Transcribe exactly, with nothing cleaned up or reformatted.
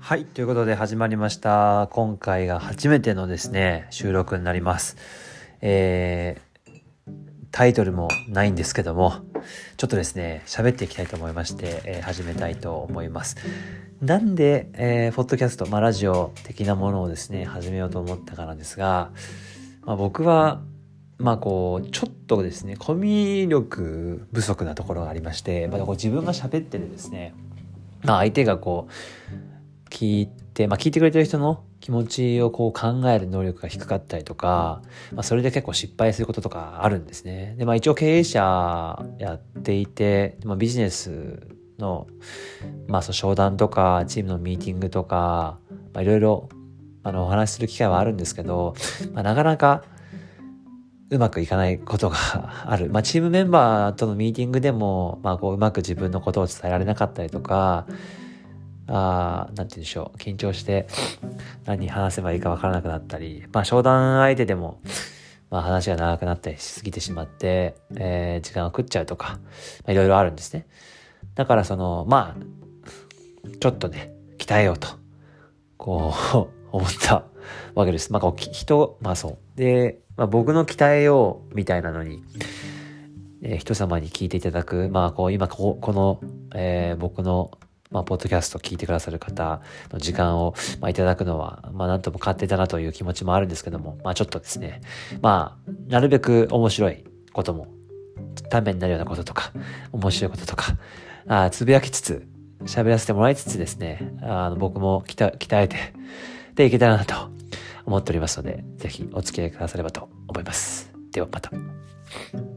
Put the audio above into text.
はい、ということで始まりました。今回が初めてのですね、収録になります。えー、タイトルもないんですけども、ちょっとですね、喋っていきたいと思いまして、えー、始めたいと思います。なんで、えー、ポッドキャスト、まあラジオ的なものをですね、始めようと思ったからですが、まあ、僕は、まあこう、ちょっとですね、コミュ力不足なところがありまして、まあ、こう自分が喋ってるですね、まあ相手がこう、聞いて、まあ聞いてくれてる人の気持ちをこう考える能力が低かったりとか、まあそれで結構失敗することとかあるんですね。で、まあ一応経営者やっていて、まあビジネスの、まあそう商談とか、チームのミーティングとか、まあいろいろ、あの、お話しする機会はあるんですけど、まあなかなかうまくいかないことがある。まあチームメンバーとのミーティングでも、まあこううまく自分のことを伝えられなかったりとか、あーなんて言うんでしょう。緊張して何話せばいいかわからなくなったり、まあ商談相手でも、まあ話が長くなったりしすぎてしまって、えー時間を食っちゃうとか、まあいろいろあるんですね。だからその、まあ、ちょっとね、鍛えようと、こう、思ったわけです。まあこう、人、まあそう。で、まあ僕の鍛えようみたいなのに、えー人様に聞いていただく、まあこう今ここの、えー僕のまあ、ポッドキャスト聞いてくださる方の時間を、まあ、いただくのは、まあ、なんとも勝手だなという気持ちもあるんですけども、まあ、ちょっとですね、まあ、なるべく面白いことも、ためになるようなこととか、面白いこととか、あつぶやきつつ、喋らせてもらいつつですね、あの、僕も鍛鍛えて、で、いけたらなと思っておりますので、ぜひお付き合いくださればと思います。ではまた。